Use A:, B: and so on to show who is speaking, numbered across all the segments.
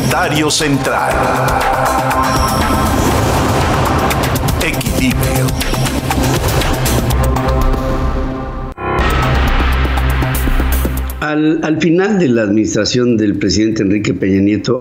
A: Comentario central. Equilibrio.
B: Al final de la administración del presidente Enrique Peña Nieto,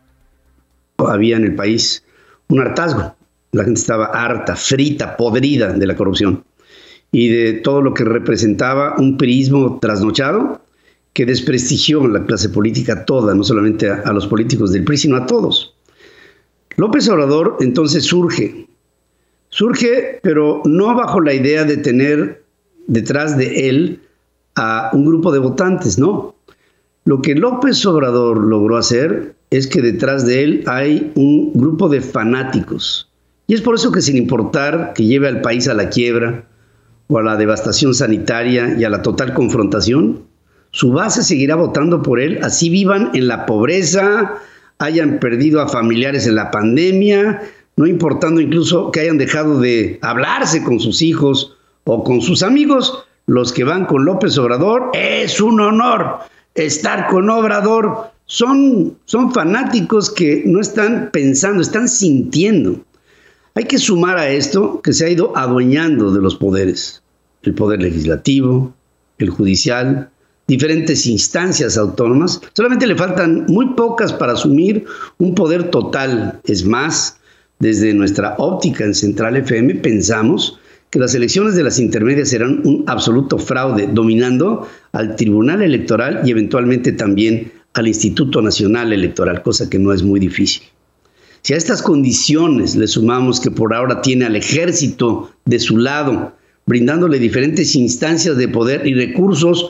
B: había en el país un hartazgo. La gente estaba harta, frita, podrida de la corrupción y de todo lo que representaba un priismo trasnochado que desprestigió la clase política toda, no solamente a los políticos del PRI, sino a todos. López Obrador entonces surge, pero no bajo la idea de tener detrás de él a un grupo de votantes, no. Lo que López Obrador logró hacer es que detrás de él hay un grupo de fanáticos. Y es por eso que, sin importar que lleve al país a la quiebra o a la devastación sanitaria y a la total confrontación, su base seguirá votando por él, así vivan en la pobreza, hayan perdido a familiares en la pandemia, no importando incluso que hayan dejado de hablarse con sus hijos o con sus amigos. Los que van con López Obrador, es un honor estar con Obrador. Son fanáticos que no están pensando, están sintiendo. Hay que sumar a esto que se ha ido adueñando de los poderes. El poder legislativo, el judicial, diferentes instancias autónomas. Solamente le faltan muy pocas para asumir un poder total. Es más, desde nuestra óptica en Central FM pensamos que las elecciones de las intermedias serán un absoluto fraude, dominando al Tribunal Electoral y eventualmente también al Instituto Nacional Electoral, cosa que no es muy difícil. Si a estas condiciones le sumamos que por ahora tiene al ejército de su lado, brindándole diferentes instancias de poder y recursos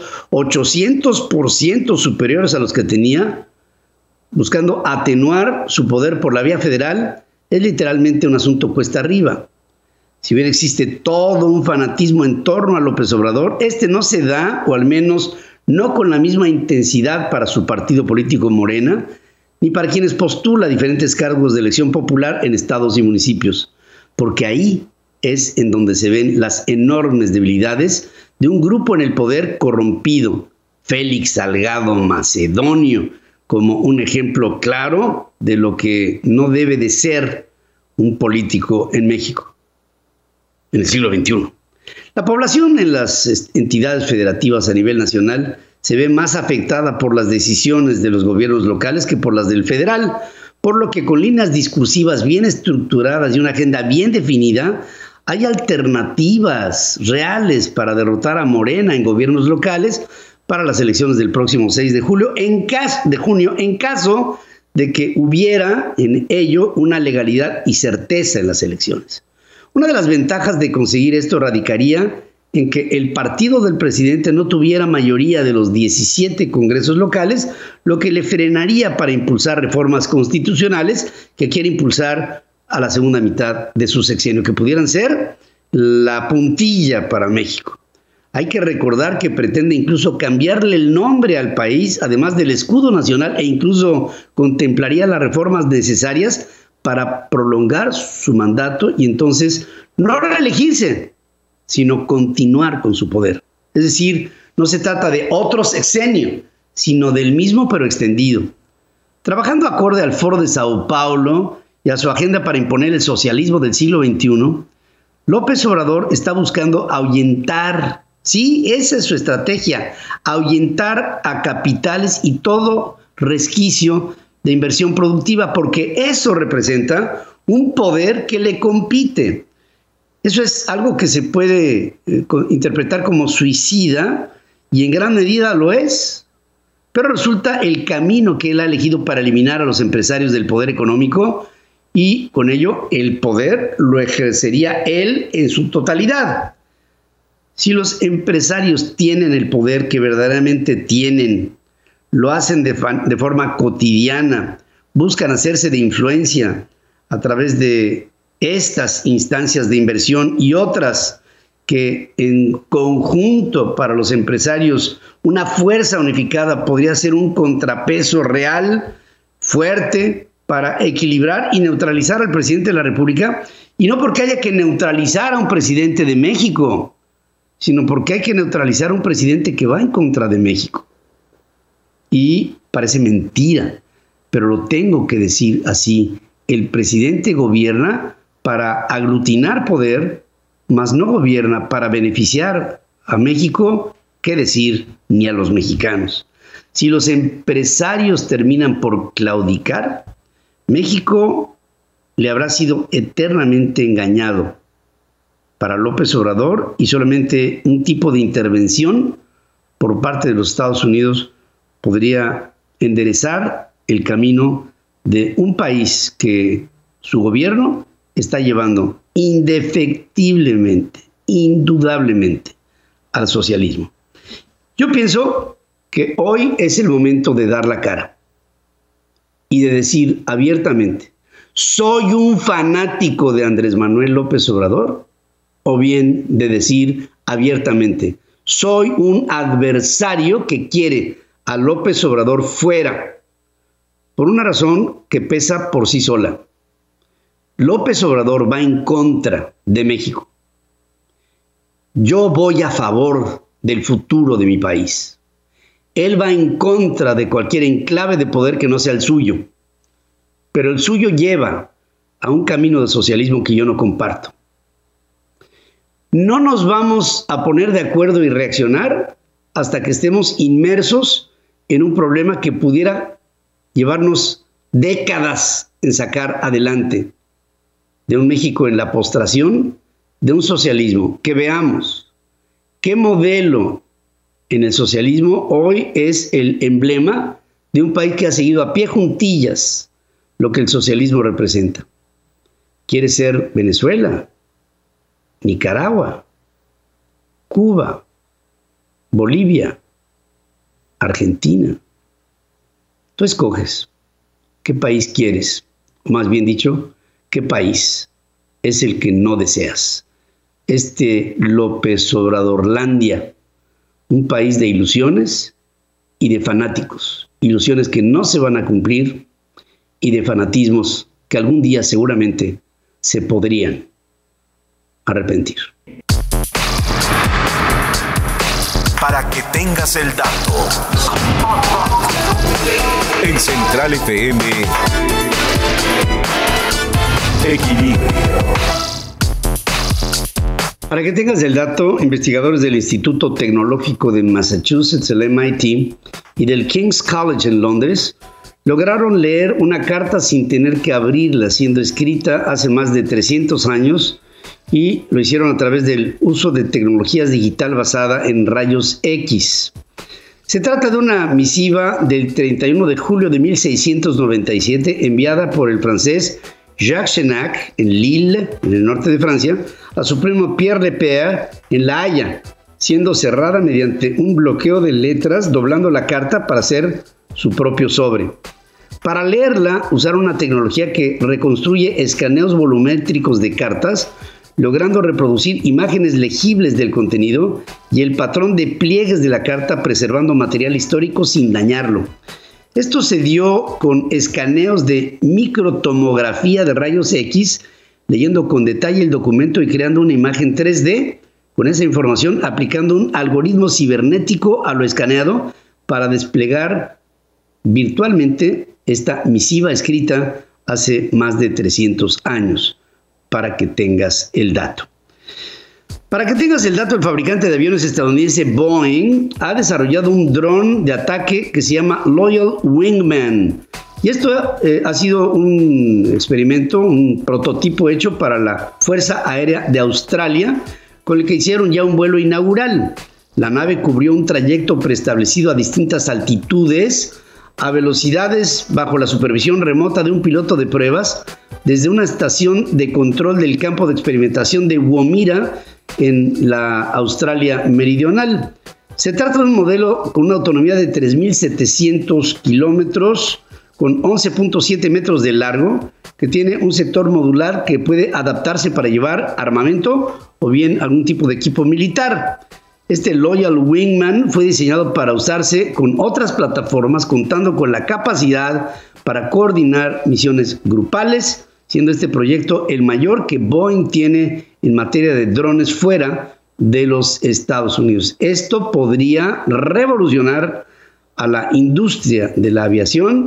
B: 800% superiores a los que tenía, buscando atenuar su poder por la vía federal, es literalmente un asunto cuesta arriba. Si bien existe todo un fanatismo en torno a López Obrador, este no se da, o al menos no con la misma intensidad para su partido político Morena, ni para quienes postula diferentes cargos de elección popular en estados y municipios, porque ahí es en donde se ven las enormes debilidades de un grupo en el poder corrompido, Félix Salgado Macedonio, como un ejemplo claro de lo que no debe de ser un político en México en el siglo XXI. La población en las entidades federativas a nivel nacional se ve más afectada por las decisiones de los gobiernos locales que por las del federal, por lo que con líneas discursivas bien estructuradas y una agenda bien definida, hay alternativas reales para derrotar a Morena en gobiernos locales para las elecciones del próximo 6 de junio, en caso de que hubiera en ello una legalidad y certeza en las elecciones. Una de las ventajas de conseguir esto radicaría en que el partido del presidente no tuviera mayoría de los 17 congresos locales, lo que le frenaría para impulsar reformas constitucionales que quiere impulsar a la segunda mitad de su sexenio, que pudieran ser la puntilla para México. Hay que recordar que pretende incluso cambiarle el nombre al país, además del escudo nacional, e incluso contemplaría las reformas necesarias para prolongar su mandato y entonces no reelegirse, sino continuar con su poder. Es decir, no se trata de otro sexenio, sino del mismo pero extendido. Trabajando acorde al Foro de Sao Paulo y a su agenda para imponer el socialismo del siglo XXI, López Obrador está buscando ahuyentar, sí, esa es su estrategia, ahuyentar a capitales y todo resquicio de inversión productiva, porque eso representa un poder que le compite. Eso es algo que se puede interpretar como suicida, y en gran medida lo es. Pero resulta el camino que él ha elegido para eliminar a los empresarios del poder económico, y con ello el poder lo ejercería él en su totalidad. Si los empresarios tienen el poder que verdaderamente tienen, lo hacen de forma cotidiana, buscan hacerse de influencia a través de estas instancias de inversión y otras que en conjunto para los empresarios una fuerza unificada podría ser un contrapeso real, fuerte, para equilibrar y neutralizar al presidente de la República, y no porque haya que neutralizar a un presidente de México, sino porque hay que neutralizar a un presidente que va en contra de México. Y parece mentira pero lo tengo que decir así. El presidente gobierna para aglutinar poder, mas no gobierna para beneficiar a México, qué decir, ni a los mexicanos. Si los empresarios terminan por claudicar, México le habrá sido eternamente engañado. Para López Obrador, y solamente un tipo de intervención por parte de los Estados Unidos podría enderezar el camino de un país que su gobierno está llevando indefectiblemente, indudablemente, al socialismo. Yo pienso que hoy es el momento de dar la cara y de decir abiertamente, ¿soy un fanático de Andrés Manuel López Obrador? O bien de decir abiertamente, soy un adversario que quiere a López Obrador fuera, por una razón que pesa por sí sola. López Obrador va en contra de México. Yo voy a favor del futuro de mi país. Él va en contra de cualquier enclave de poder que no sea el suyo. Pero el suyo lleva a un camino de socialismo que yo no comparto. No nos vamos a poner de acuerdo y reaccionar hasta que estemos inmersos en un problema que pudiera llevarnos décadas en sacar adelante de un México en la postración, de un socialismo. Que veamos qué modelo en el socialismo hoy es el emblema de un país que ha seguido a pie juntillas lo que el socialismo representa. ¿Quiere ser Venezuela, Nicaragua, Cuba, Bolivia, Argentina? Tú escoges qué país quieres, o más bien dicho, qué país es el que no deseas. Este López Obradorlandia, un país de ilusiones y de fanáticos, ilusiones que no se van a cumplir y de fanatismos que algún día seguramente se podrían arrepentir.
A: Para que tengas el dato. En Central FM, Equilibrio.
B: Para que tengas el dato, investigadores del Instituto Tecnológico de Massachusetts, el MIT, y del King's College en Londres, lograron leer una carta sin tener que abrirla, siendo escrita hace más de 300 años, y lo hicieron a través del uso de tecnologías digital basada en rayos X. Se trata de una misiva del 31 de julio de 1697 enviada por el francés Jacques Cheniac en Lille, en el norte de Francia, a su primo Pierre Lepere en La Haya, siendo cerrada mediante un bloqueo de letras, doblando la carta para hacer su propio sobre. Para leerla, usaron una tecnología que reconstruye escaneos volumétricos de cartas, logrando reproducir imágenes legibles del contenido y el patrón de pliegues de la carta, preservando material histórico sin dañarlo. Esto se dio con escaneos de microtomografía de rayos X, leyendo con detalle el documento y creando una imagen 3D con esa información, aplicando un algoritmo cibernético a lo escaneado para desplegar virtualmente esta misiva escrita hace más de 300 años. Para que tengas el dato. Para que tengas el dato, el fabricante de aviones estadounidense Boeing ha desarrollado un dron de ataque que se llama Loyal Wingman. Y esto ha sido un experimento, un prototipo hecho para la Fuerza Aérea de Australia, con el que hicieron ya un vuelo inaugural. La nave cubrió un trayecto preestablecido a distintas altitudes, a velocidades bajo la supervisión remota de un piloto de pruebas, desde una estación de control del campo de experimentación de Woomera en la Australia meridional. Se trata de un modelo con una autonomía de 3.700 kilómetros, con 11.7 metros de largo, que tiene un sector modular que puede adaptarse para llevar armamento o bien algún tipo de equipo militar. Este Loyal Wingman fue diseñado para usarse con otras plataformas, contando con la capacidad para coordinar misiones grupales, siendo este proyecto el mayor que Boeing tiene en materia de drones fuera de los Estados Unidos. Esto podría revolucionar a la industria de la aviación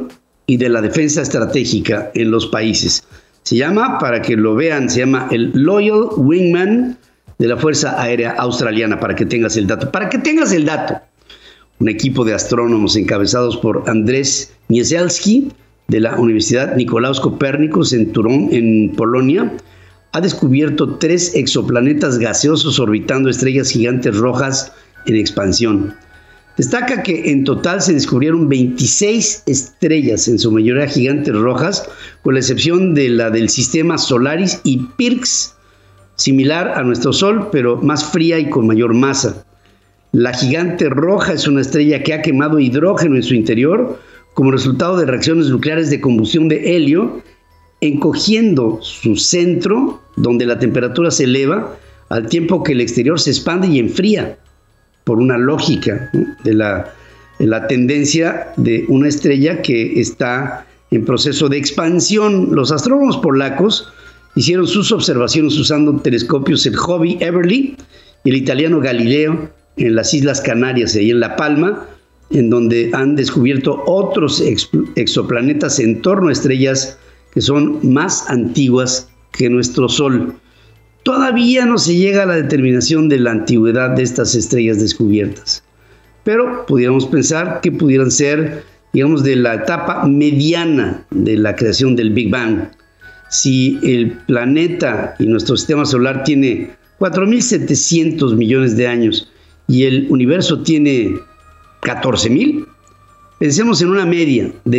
B: y de la defensa estratégica en los países. Se llama, para que lo vean, se llama el Loyal Wingman de la Fuerza Aérea Australiana, para que tengas el dato. Para que tengas el dato, un equipo de astrónomos encabezados por Andrzej Niedzielski de la Universidad Nicolaus Copérnicus en Turón, en Polonia, ha descubierto 3 exoplanetas gaseosos orbitando estrellas gigantes rojas en expansión. Destaca que en total se descubrieron 26 estrellas, en su mayoría gigantes rojas, con la excepción de la del sistema Solaris y Pirx, similar a nuestro Sol, pero más fría y con mayor masa. La gigante roja es una estrella que ha quemado hidrógeno en su interior como resultado de reacciones nucleares de combustión de helio, encogiendo su centro, donde la temperatura se eleva, al tiempo que el exterior se expande y enfría, por una lógica, ¿no?, de la tendencia de una estrella que está en proceso de expansión. Los astrónomos polacos hicieron sus observaciones usando telescopios el Hobby Everly y el italiano Galileo en las Islas Canarias, ahí en La Palma, en donde han descubierto otros exoplanetas en torno a estrellas que son más antiguas que nuestro Sol. Todavía no se llega a la determinación de la antigüedad de estas estrellas descubiertas, pero pudiéramos pensar que pudieran ser, digamos, de la etapa mediana de la creación del Big Bang. Si el planeta y nuestro sistema solar tiene 4.700 millones de años y el universo tiene 14.000, pensemos en una media de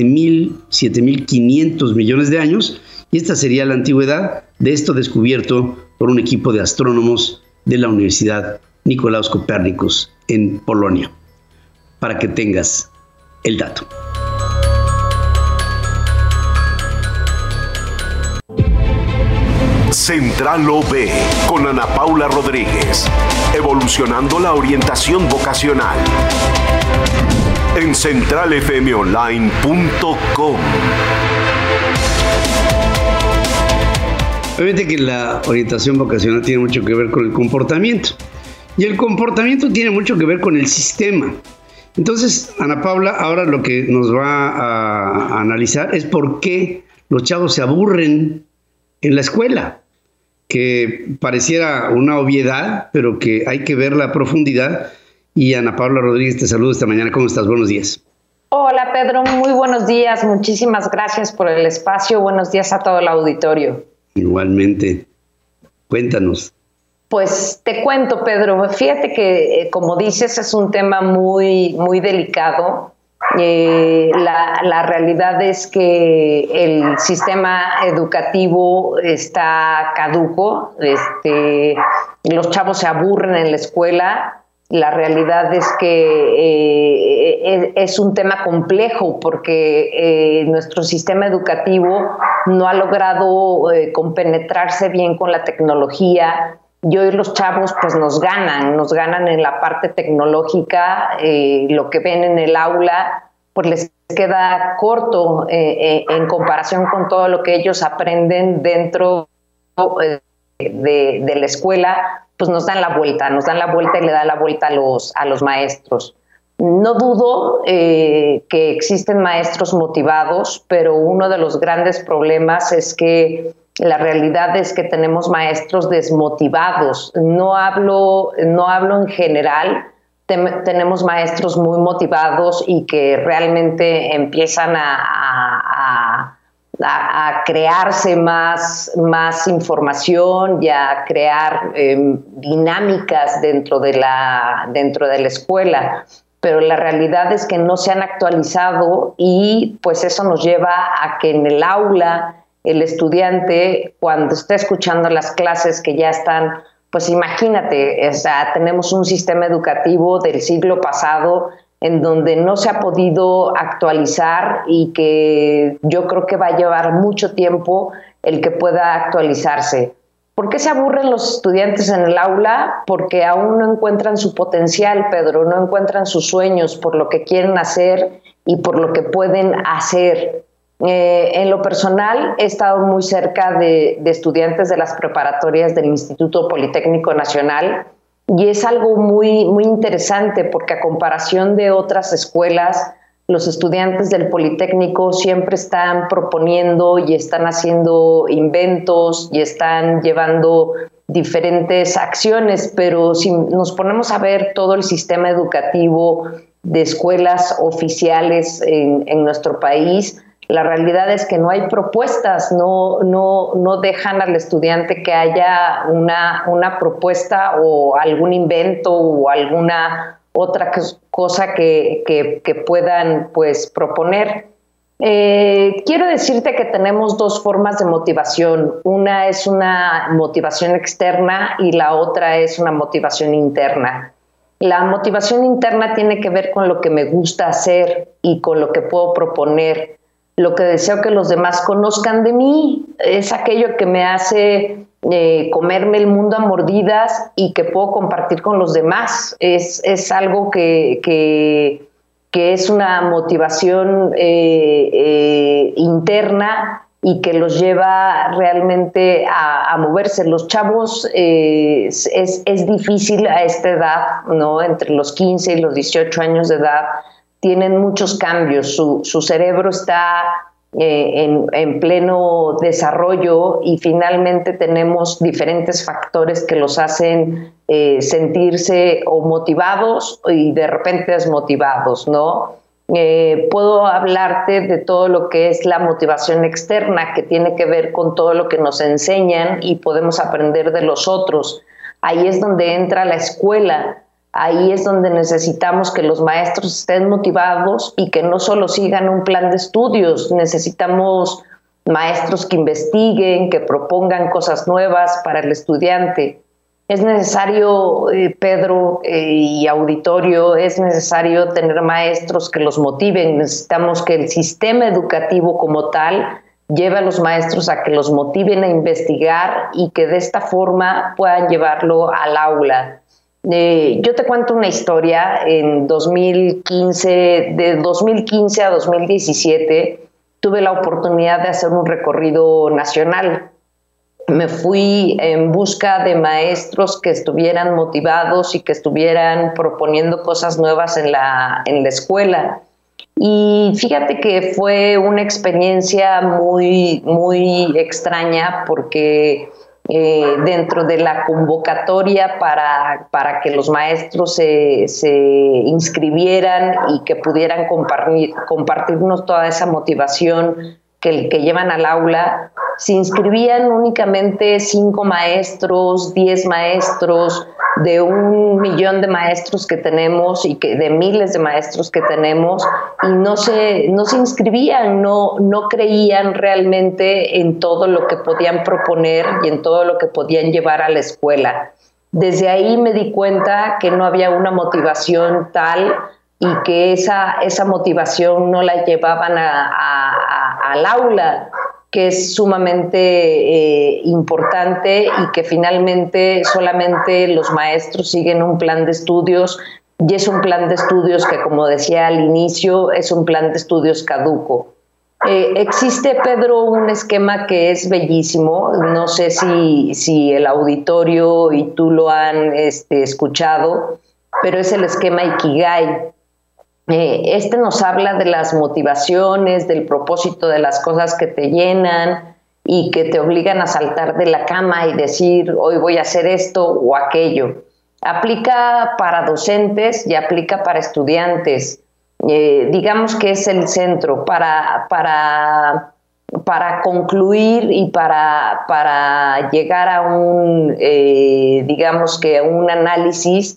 B: 7.500 millones de años, y esta sería la antigüedad de esto descubierto por un equipo de astrónomos de la Universidad Nicolaus Copérnicus en Polonia, para que tengas el dato.
A: Central OB con Ana Paula Rodríguez, evolucionando la orientación vocacional en centralfmonline.com.
B: Obviamente que la orientación vocacional tiene mucho que ver con el comportamiento, y el comportamiento tiene mucho que ver con el sistema. Entonces, Ana Paula, ahora lo que nos va a analizar es por qué los chavos se aburren en la escuela, que pareciera una obviedad, pero que hay que ver la profundidad. Y Ana Paula Rodríguez, te saludo esta mañana. ¿Cómo estás? Buenos días.
C: Hola, Pedro. Muy buenos días. Muchísimas gracias por el espacio. Buenos días a todo el auditorio. Igualmente.
B: Cuéntanos.
C: Pues te cuento, Pedro. Fíjate que, como dices, es un tema muy, muy delicado. La realidad es que el sistema educativo está caduco. Los chavos se aburren en la escuela. La realidad es que es un tema complejo porque nuestro sistema educativo no ha logrado compenetrarse bien con la tecnología, y hoy los chavos pues nos ganan en la parte tecnológica. Lo que ven en el aula pues les queda corto en comparación con todo lo que ellos aprenden dentro de la escuela. Pues nos dan la vuelta y le dan la vuelta a los maestros. No dudo que existen maestros motivados, pero uno de los grandes problemas es que la realidad es que tenemos maestros desmotivados. No hablo en general, tenemos maestros muy motivados y que realmente empiezan a crearse más información y a crear dinámicas dentro de la escuela, pero la realidad es que no se han actualizado, y pues eso nos lleva a que en el aula el estudiante, cuando está escuchando las clases que ya están, pues imagínate, o sea, tenemos un sistema educativo del siglo pasado en donde no se ha podido actualizar, y que yo creo que va a llevar mucho tiempo el que pueda actualizarse. ¿Por qué se aburren los estudiantes en el aula? Porque aún no encuentran su potencial, Pedro, no encuentran sus sueños por lo que quieren hacer y por lo que pueden hacer. En lo personal, he estado muy cerca de estudiantes de las preparatorias del Instituto Politécnico Nacional, y es algo muy, muy interesante porque, a comparación de otras escuelas, Los estudiantes del Politécnico siempre están proponiendo y están haciendo inventos y están llevando diferentes acciones, pero si nos ponemos a ver todo el sistema educativo de escuelas oficiales en nuestro país, la realidad es que no hay propuestas, no dejan al estudiante que haya una propuesta o algún invento o alguna otra cosa que puedan pues proponer. Quiero decirte que tenemos dos formas de motivación. Una es una motivación externa y la otra es una motivación interna. La motivación interna tiene que ver con lo que me gusta hacer y con lo que puedo proponer. Lo que deseo que los demás conozcan de mí es aquello que me hace comerme el mundo a mordidas y que puedo compartir con los demás. Es algo que es una motivación interna y que los lleva realmente a moverse. Los chavos es difícil a esta edad, ¿no? Entre los 15 y los 18 años de edad, tienen muchos cambios, su cerebro está en pleno desarrollo y finalmente tenemos diferentes factores que los hacen sentirse o motivados y de repente desmotivados, ¿no? Puedo hablarte de todo lo que es la motivación externa, que tiene que ver con todo lo que nos enseñan y podemos aprender de los otros. Ahí es donde entra la escuela. Ahí es donde necesitamos que los maestros estén motivados y que no solo sigan un plan de estudios. Necesitamos maestros que investiguen, que propongan cosas nuevas para el estudiante. Es necesario, Pedro y auditorio, es necesario tener maestros que los motiven. Necesitamos que el sistema educativo como tal lleve a los maestros a que los motiven a investigar y que de esta forma puedan llevarlo al aula. Yo te cuento una historia. En 2015, de 2015 a 2017, tuve la oportunidad de hacer un recorrido nacional. Me fui en busca de maestros que estuvieran motivados y que estuvieran proponiendo cosas nuevas en la escuela. Y fíjate que fue una experiencia muy, muy extraña porque dentro de la convocatoria para que los maestros se inscribieran y que pudieran compartirnos toda esa motivación que llevan al aula, se inscribían únicamente 5 maestros, 10 maestros, de 1 millón de maestros que tenemos y de miles de maestros que tenemos, y no se inscribían, no creían realmente en todo lo que podían proponer y en todo lo que podían llevar a la escuela. Desde ahí me di cuenta que no había una motivación tal y que esa motivación no la llevaban al aula, que es sumamente importante, y que finalmente solamente los maestros siguen un plan de estudios, y es un plan de estudios que, como decía al inicio, es un plan de estudios caduco. Existe, Pedro, un esquema que es bellísimo, no sé si el auditorio y tú lo han escuchado, pero es el esquema Ikigai. Este nos habla de las motivaciones, del propósito, de las cosas que te llenan y que te obligan a saltar de la cama y decir, hoy voy a hacer esto o aquello. Aplica para docentes y aplica para estudiantes. Digamos que es el centro para concluir y para llegar a digamos que a un análisis.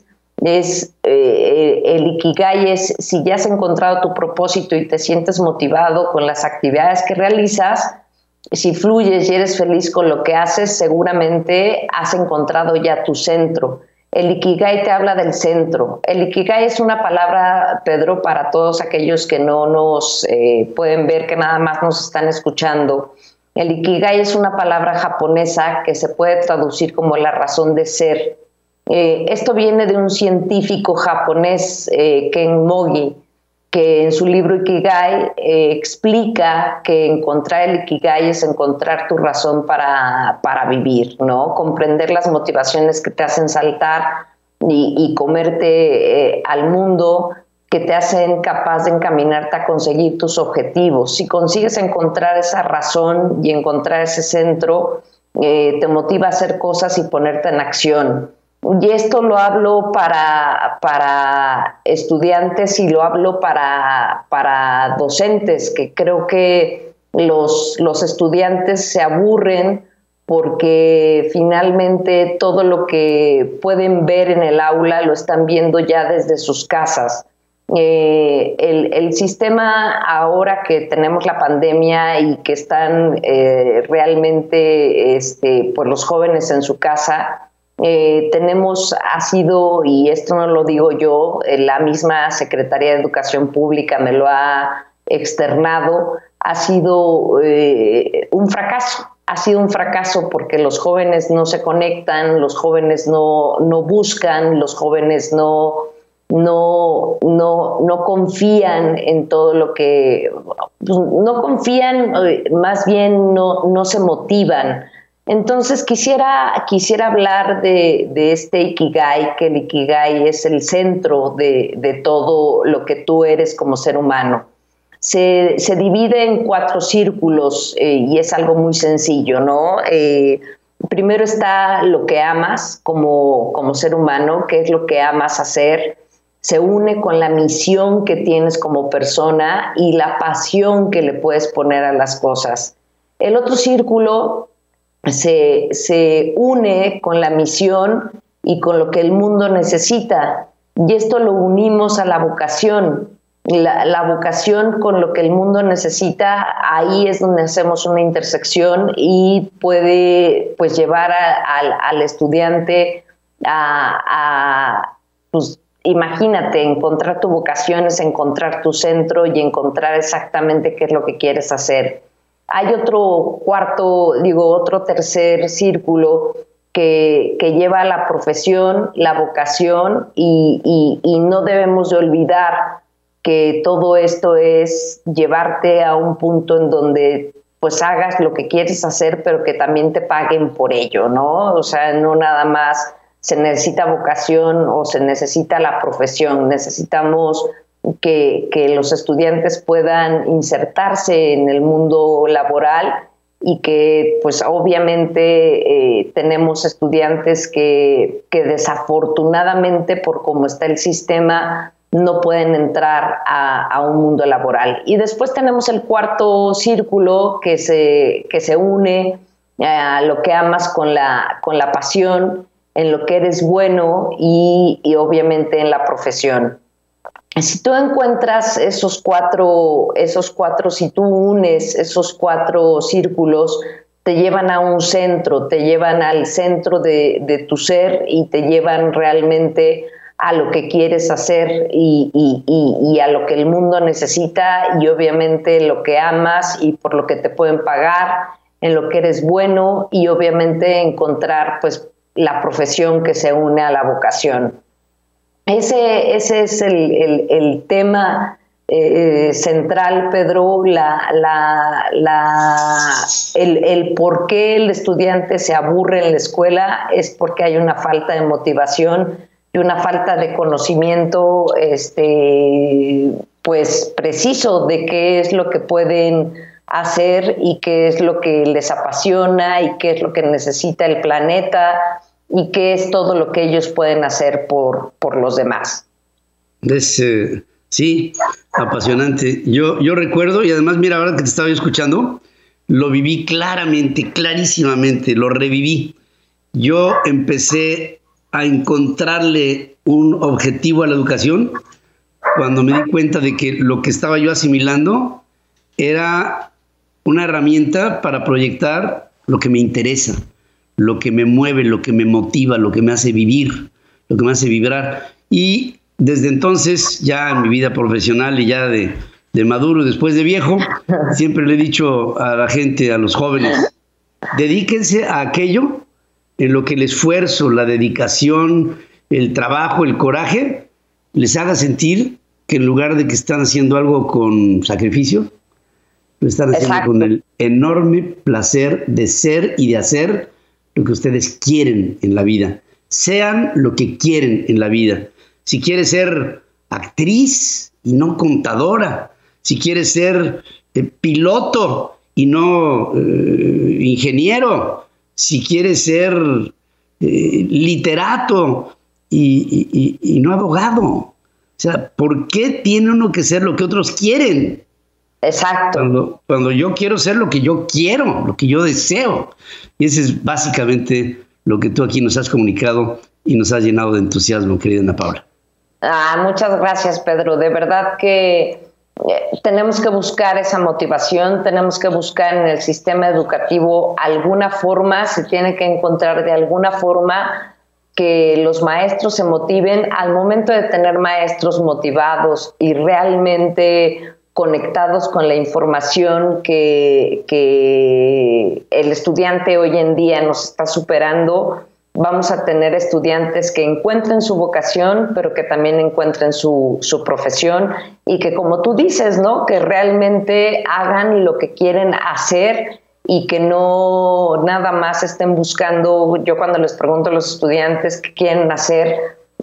C: El Ikigai es, si ya has encontrado tu propósito y te sientes motivado con las actividades que realizas, si fluyes y eres feliz con lo que haces, seguramente has encontrado ya tu centro. El Ikigai te habla del centro. El Ikigai es una palabra, Pedro, para todos aquellos que no nos pueden ver, que nada más nos están escuchando. El Ikigai es una palabra japonesa que se puede traducir como la razón de ser. Esto viene de un científico japonés, Ken Mogi, que en su libro Ikigai explica que encontrar el Ikigai es encontrar tu razón para vivir, ¿no? Comprender las motivaciones que te hacen saltar y comerte al mundo, que te hacen capaz de encaminarte a conseguir tus objetivos. Si consigues encontrar esa razón y encontrar ese centro, te motiva a hacer cosas y ponerte en acción. Y esto lo hablo para estudiantes y lo hablo para docentes, que creo que los estudiantes se aburren porque finalmente todo lo que pueden ver en el aula lo están viendo ya desde sus casas. El sistema, ahora que tenemos la pandemia y que están realmente pues los jóvenes en su casa, ha sido, y esto no lo digo yo, la misma Secretaría de Educación Pública me lo ha externado, ha sido un fracaso. Ha sido un fracaso porque los jóvenes no se conectan, los jóvenes no buscan, los jóvenes no confían en todo lo que... Pues no confían, más bien no se motivan. Entonces quisiera hablar de este Ikigai, que el Ikigai es el centro de todo lo que tú eres como ser humano. Se divide en 4 círculos y es algo muy sencillo, ¿no? Primero está lo que amas como ser humano, qué es lo que amas hacer. Se une con la misión que tienes como persona y la pasión que le puedes poner a las cosas. El otro círculo se une con la misión y con lo que el mundo necesita. Y esto lo unimos a la vocación. La vocación con lo que el mundo necesita, ahí es donde hacemos una intersección y puede pues llevar al estudiante pues imagínate, encontrar tu vocación es encontrar tu centro y encontrar exactamente qué es lo que quieres hacer. Hay otro tercer círculo que lleva a la profesión, la vocación y no debemos de olvidar que todo esto es llevarte a un punto en donde pues hagas lo que quieres hacer, pero que también te paguen por ello, ¿no? O sea, no nada más se necesita vocación o se necesita la profesión, necesitamos que los estudiantes puedan insertarse en el mundo laboral y que pues obviamente tenemos estudiantes que desafortunadamente por cómo está el sistema no pueden entrar a un mundo laboral. Y después tenemos el cuarto círculo que se une a lo que amas con la pasión, en lo que eres bueno y obviamente en la profesión. Si tú encuentras esos cuatro, si tú unes esos 4 círculos, te llevan a un centro, te llevan al centro de tu ser y te llevan realmente a lo que quieres hacer y a lo que el mundo necesita y obviamente lo que amas y por lo que te pueden pagar, en lo que eres bueno y obviamente encontrar pues la profesión que se une a la vocación. Ese es el tema central, Pedro, el por qué el estudiante se aburre en la escuela es porque hay una falta de motivación y una falta de conocimiento pues preciso de qué es lo que pueden hacer y qué es lo que les apasiona y qué es lo que necesita el planeta y qué es todo lo que ellos pueden hacer por los demás.
B: Sí, apasionante. Yo recuerdo, y además mira, ahora que te estaba escuchando, lo viví clarísimamente, lo reviví. Yo empecé a encontrarle un objetivo a la educación cuando me di cuenta de que lo que estaba yo asimilando era una herramienta para proyectar lo que me interesa, lo que me mueve, lo que me motiva, lo que me hace vivir, lo que me hace vibrar. Y desde entonces, ya en mi vida profesional y ya de maduro, después de viejo, siempre le he dicho a la gente, a los jóvenes, dedíquense a aquello en lo que el esfuerzo, la dedicación, el trabajo, el coraje, les haga sentir que en lugar de que están haciendo algo con sacrificio, lo están haciendo
C: Exacto.
B: con el enorme placer de ser y de hacer lo que ustedes quieren en la vida. Sean lo que quieren en la vida. Si quieres ser actriz y no contadora, si quieres ser piloto y no ingeniero, si quieres ser literato y no abogado. O sea, ¿por qué tiene uno que ser lo que otros quieren?
C: Exacto.
B: Cuando yo quiero ser lo que yo quiero, lo que yo deseo. Y ese es básicamente lo que tú aquí nos has comunicado y nos has llenado de entusiasmo, querida Ana Paula.
C: Muchas gracias, Pedro. De verdad que tenemos que buscar esa motivación, tenemos que buscar en el sistema educativo alguna forma, se tiene que encontrar de alguna forma que los maestros se motiven. Al momento de tener maestros motivados y realmente conectados con la información que el estudiante hoy en día nos está superando, vamos a tener estudiantes que encuentren su vocación, pero que también encuentren su profesión y que, como tú dices, ¿no?, que realmente hagan lo que quieren hacer y que no nada más estén buscando. Yo cuando les pregunto a los estudiantes qué quieren hacer,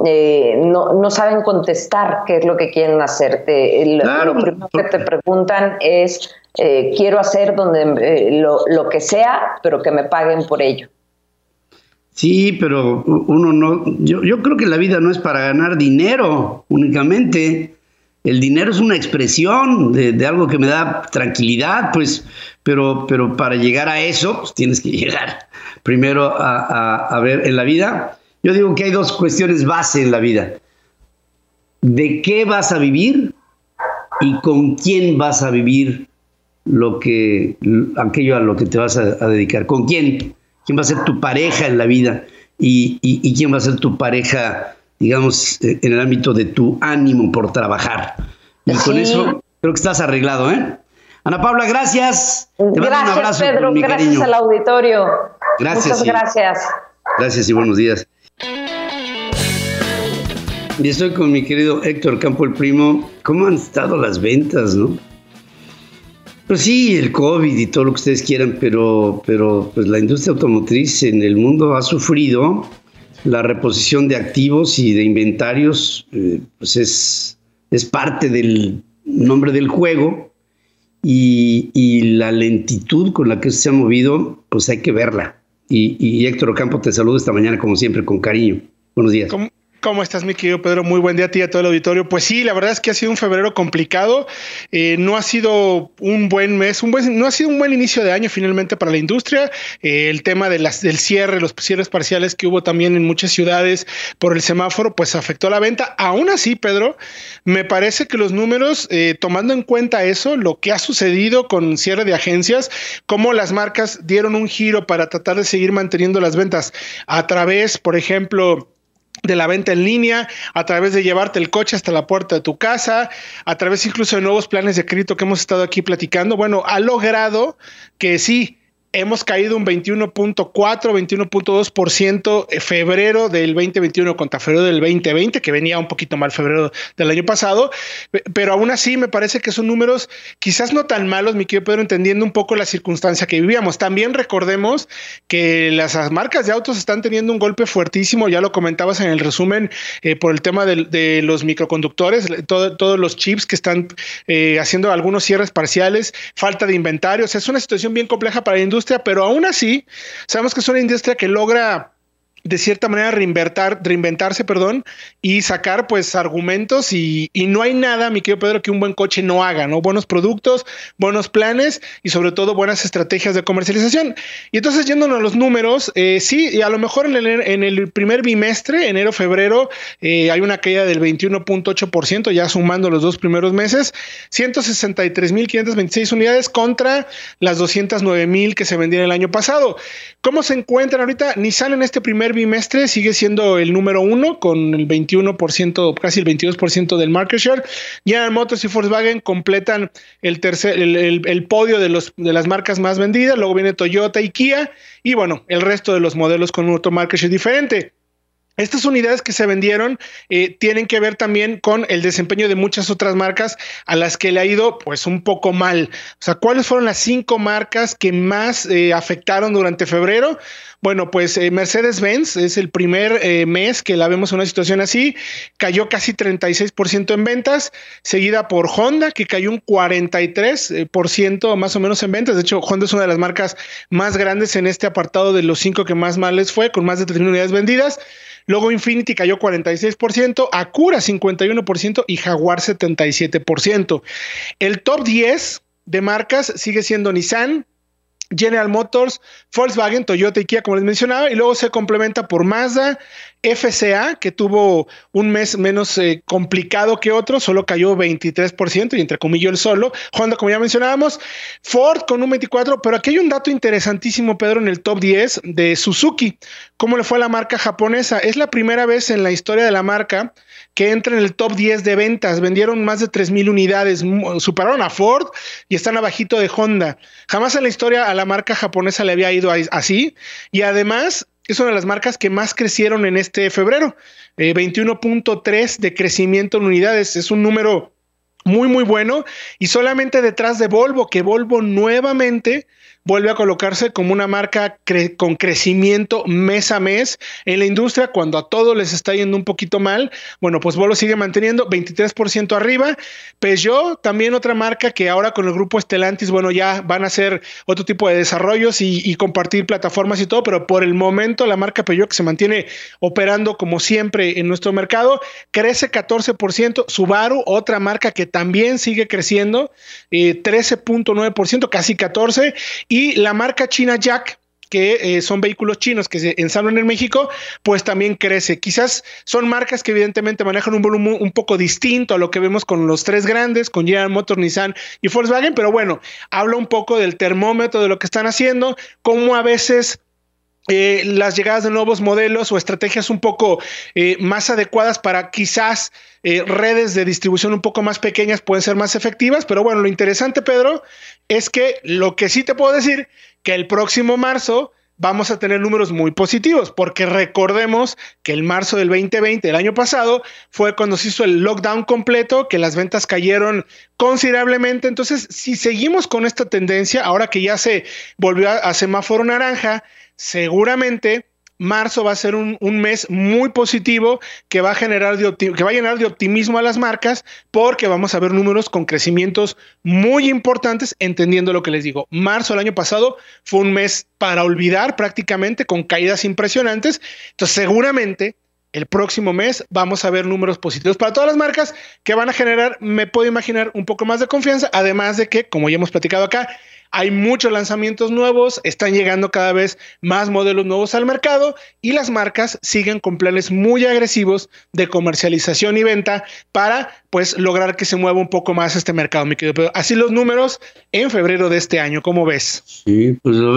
C: no saben contestar qué es lo que quieren hacer. Lo primero que te preguntan es, quiero hacer lo que sea, pero que me paguen por ello.
B: Sí, pero uno no, yo creo que la vida no es para ganar dinero únicamente. El dinero es una expresión de algo que me da tranquilidad, pues, pero para llegar a eso, pues tienes que llegar primero a ver en la vida. Yo digo que hay dos cuestiones base en la vida. ¿De qué vas a vivir y con quién vas a vivir aquello a lo que te vas a dedicar? ¿Con quién? ¿Quién va a ser tu pareja en la vida? ¿Y quién va a ser tu pareja, digamos, en el ámbito de tu ánimo por trabajar? Y con eso creo que estás arreglado, ¿eh? Ana Paula, gracias. Te mando un abrazo,
C: Pedro,
B: con mi
C: gracias
B: cariño.
C: al auditorio.
B: Gracias.
C: Muchas gracias.
B: Gracias y buenos días. Y estoy con mi querido Héctor Campo, el primo. ¿Cómo han estado las ventas, no? Pues sí, el COVID y todo lo que ustedes quieran, pero pues la industria automotriz en el mundo ha sufrido. La reposición de activos y de inventarios pues es parte del nombre del juego, y la lentitud con la que se ha movido, pues hay que verla. Y Héctor Ocampo, te saludo esta mañana como siempre con cariño. Buenos días.
D: ¿Cómo estás, mi querido Pedro? Muy buen día a ti y a todo el auditorio. Pues sí, la verdad es que ha sido un febrero complicado. No ha sido un buen mes, no ha sido un buen inicio de año finalmente para la industria. El tema del cierre, los cierres parciales que hubo también en muchas ciudades por el semáforo, pues afectó la venta. Aún así, Pedro, me parece que los números, tomando en cuenta eso, lo que ha sucedido con cierre de agencias, cómo las marcas dieron un giro para tratar de seguir manteniendo las ventas a través, por ejemplo, de la venta en línea, a través de llevarte el coche hasta la puerta de tu casa, a través incluso de nuevos planes de crédito que hemos estado aquí platicando. Bueno, ha logrado que sí, hemos caído un 21.4, 21.2% febrero del 2021 contra febrero del 2020, que venía un poquito mal febrero del año pasado, pero aún así me parece que son números quizás no tan malos, mi querido Pedro, entendiendo un poco la circunstancia que vivíamos. También recordemos que las marcas de autos están teniendo un golpe fuertísimo, ya lo comentabas en el resumen, por el tema de los microconductores, todos los chips que están haciendo algunos cierres parciales, falta de inventarios. Es una situación bien compleja para la industria, pero aún así sabemos que es una industria que logra de cierta manera reinventarse, y sacar pues argumentos, y no hay nada, mi querido Pedro, que un buen coche no haga, ¿no? Buenos productos, buenos planes y sobre todo buenas estrategias de comercialización. Y entonces, yéndonos a los números, sí, y a lo mejor en el primer bimestre, enero, febrero, hay una caída del 21.8%, ya sumando los dos primeros meses, 163,526 unidades contra las 209,000 que se vendían el año pasado. ¿Cómo se encuentran ahorita? Nissan en este primer bimestre sigue siendo el número 1 con el 21%, casi el 22% del market share. General Motors y Volkswagen completan el podio de las marcas más vendidas. Luego viene Toyota y Kia, y bueno, el resto de los modelos con un otro market share diferente. Estas unidades que se vendieron tienen que ver también con el desempeño de muchas otras marcas a las que le ha ido pues un poco mal. O sea, ¿cuáles fueron las 5 marcas que más afectaron durante febrero? Bueno, pues Mercedes-Benz es el primer mes que la vemos en una situación así, cayó casi 36% en ventas, seguida por Honda, que cayó un 43% más o menos en ventas. De hecho, Honda es una de las marcas más grandes en este apartado de los 5 que más mal les fue, con más de 3,000 unidades vendidas. Luego Infiniti cayó 46%, Acura 51% y Jaguar 77%. El top 10 de marcas sigue siendo Nissan, General Motors, Volkswagen, Toyota y Kia, como les mencionaba, y luego se complementa por Mazda, FCA, que tuvo un mes menos complicado que otro, solo cayó 23% y entre comillas el solo, Honda, como ya mencionábamos, Ford con un 24%, pero aquí hay un dato interesantísimo, Pedro, en el top 10 de Suzuki. ¿Cómo le fue a la marca japonesa? Es la primera vez en la historia de la marca que entra en el top 10 de ventas. Vendieron más de 3,000 unidades, superaron a Ford y están abajito de Honda. Jamás en la historia a la marca japonesa le había ido así, y además es una de las marcas que más crecieron en este febrero, 21.3 de crecimiento en unidades. Es un número muy, muy bueno, y solamente detrás de Volvo, que Volvo nuevamente vuelve a colocarse como una marca con crecimiento mes a mes en la industria cuando a todos les está yendo un poquito mal. Bueno, pues Volvo sigue manteniendo 23% arriba. Peugeot, también otra marca que ahora con el grupo Stellantis, bueno, ya van a hacer otro tipo de desarrollos y compartir plataformas y todo, pero por el momento la marca Peugeot, que se mantiene operando como siempre en nuestro mercado, crece 14%. Subaru, otra marca que también sigue creciendo, 13.9%, casi 14%. Y la marca china Jack, que son vehículos chinos que se ensamblan en México, pues también crece. Quizás son marcas que evidentemente manejan un volumen un poco distinto a lo que vemos con los tres grandes, con General Motors, Nissan y Volkswagen, pero bueno, habla un poco del termómetro de lo que están haciendo, cómo a veces las llegadas de nuevos modelos o estrategias un poco más adecuadas para quizás redes de distribución un poco más pequeñas pueden ser más efectivas. Pero bueno, lo interesante, Pedro, es que lo que sí te puedo decir, que el próximo marzo vamos a tener números muy positivos, porque recordemos que el marzo del 2020, el año pasado, fue cuando se hizo el lockdown completo, que las ventas cayeron considerablemente. Entonces, si seguimos con esta tendencia, ahora que ya se volvió a semáforo naranja, seguramente marzo va a ser un mes muy positivo que va a llenar de optimismo a las marcas, porque vamos a ver números con crecimientos muy importantes, entendiendo lo que les digo. Marzo del año pasado fue un mes para olvidar prácticamente, con caídas impresionantes. Entonces seguramente el próximo mes vamos a ver números positivos para todas las marcas que van a generar, me puedo imaginar, un poco más de confianza, además de que, como ya hemos platicado acá, hay muchos lanzamientos nuevos, están llegando cada vez más modelos nuevos al mercado y las marcas siguen con planes muy agresivos de comercialización y venta para, pues, lograr que se mueva un poco más este mercado, mi querido Pedro. Así los números en febrero de este año, ¿cómo ves?
B: Sí, pues lo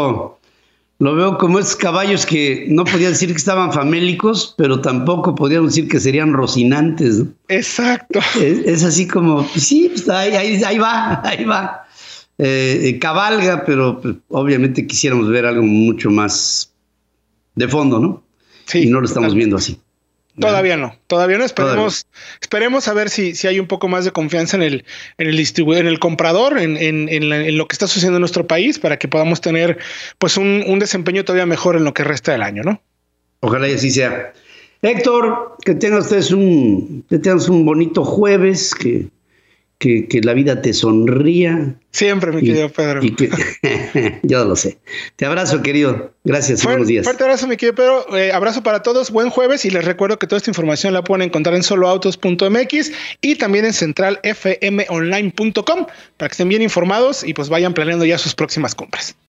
B: veo como esos caballos que no podían decir que estaban famélicos, pero tampoco podían decir que serían rocinantes, ¿no?
D: Exacto.
B: Es así como, sí, pues ahí va. Cabalga, pero pues, obviamente quisiéramos ver algo mucho más de fondo, ¿no?
D: Sí,
B: y no lo estamos viendo así.
D: Todavía no. Esperemos a ver si hay un poco más de confianza en el comprador, en lo que está sucediendo en nuestro país, para que podamos tener, pues, un desempeño todavía mejor en lo que resta del año, ¿no?
B: Ojalá y así sea. Héctor, que tengan ustedes un bonito jueves, que la vida te sonría.
D: Siempre, mi querido Pedro.
B: Yo lo sé. Te abrazo, querido. Gracias. Buenos días.
D: Fuerte abrazo, mi querido Pedro. Abrazo para todos. Buen jueves. Y les recuerdo que toda esta información la pueden encontrar en soloautos.mx y también en centralfmonline.com para que estén bien informados y pues vayan planeando ya sus próximas compras.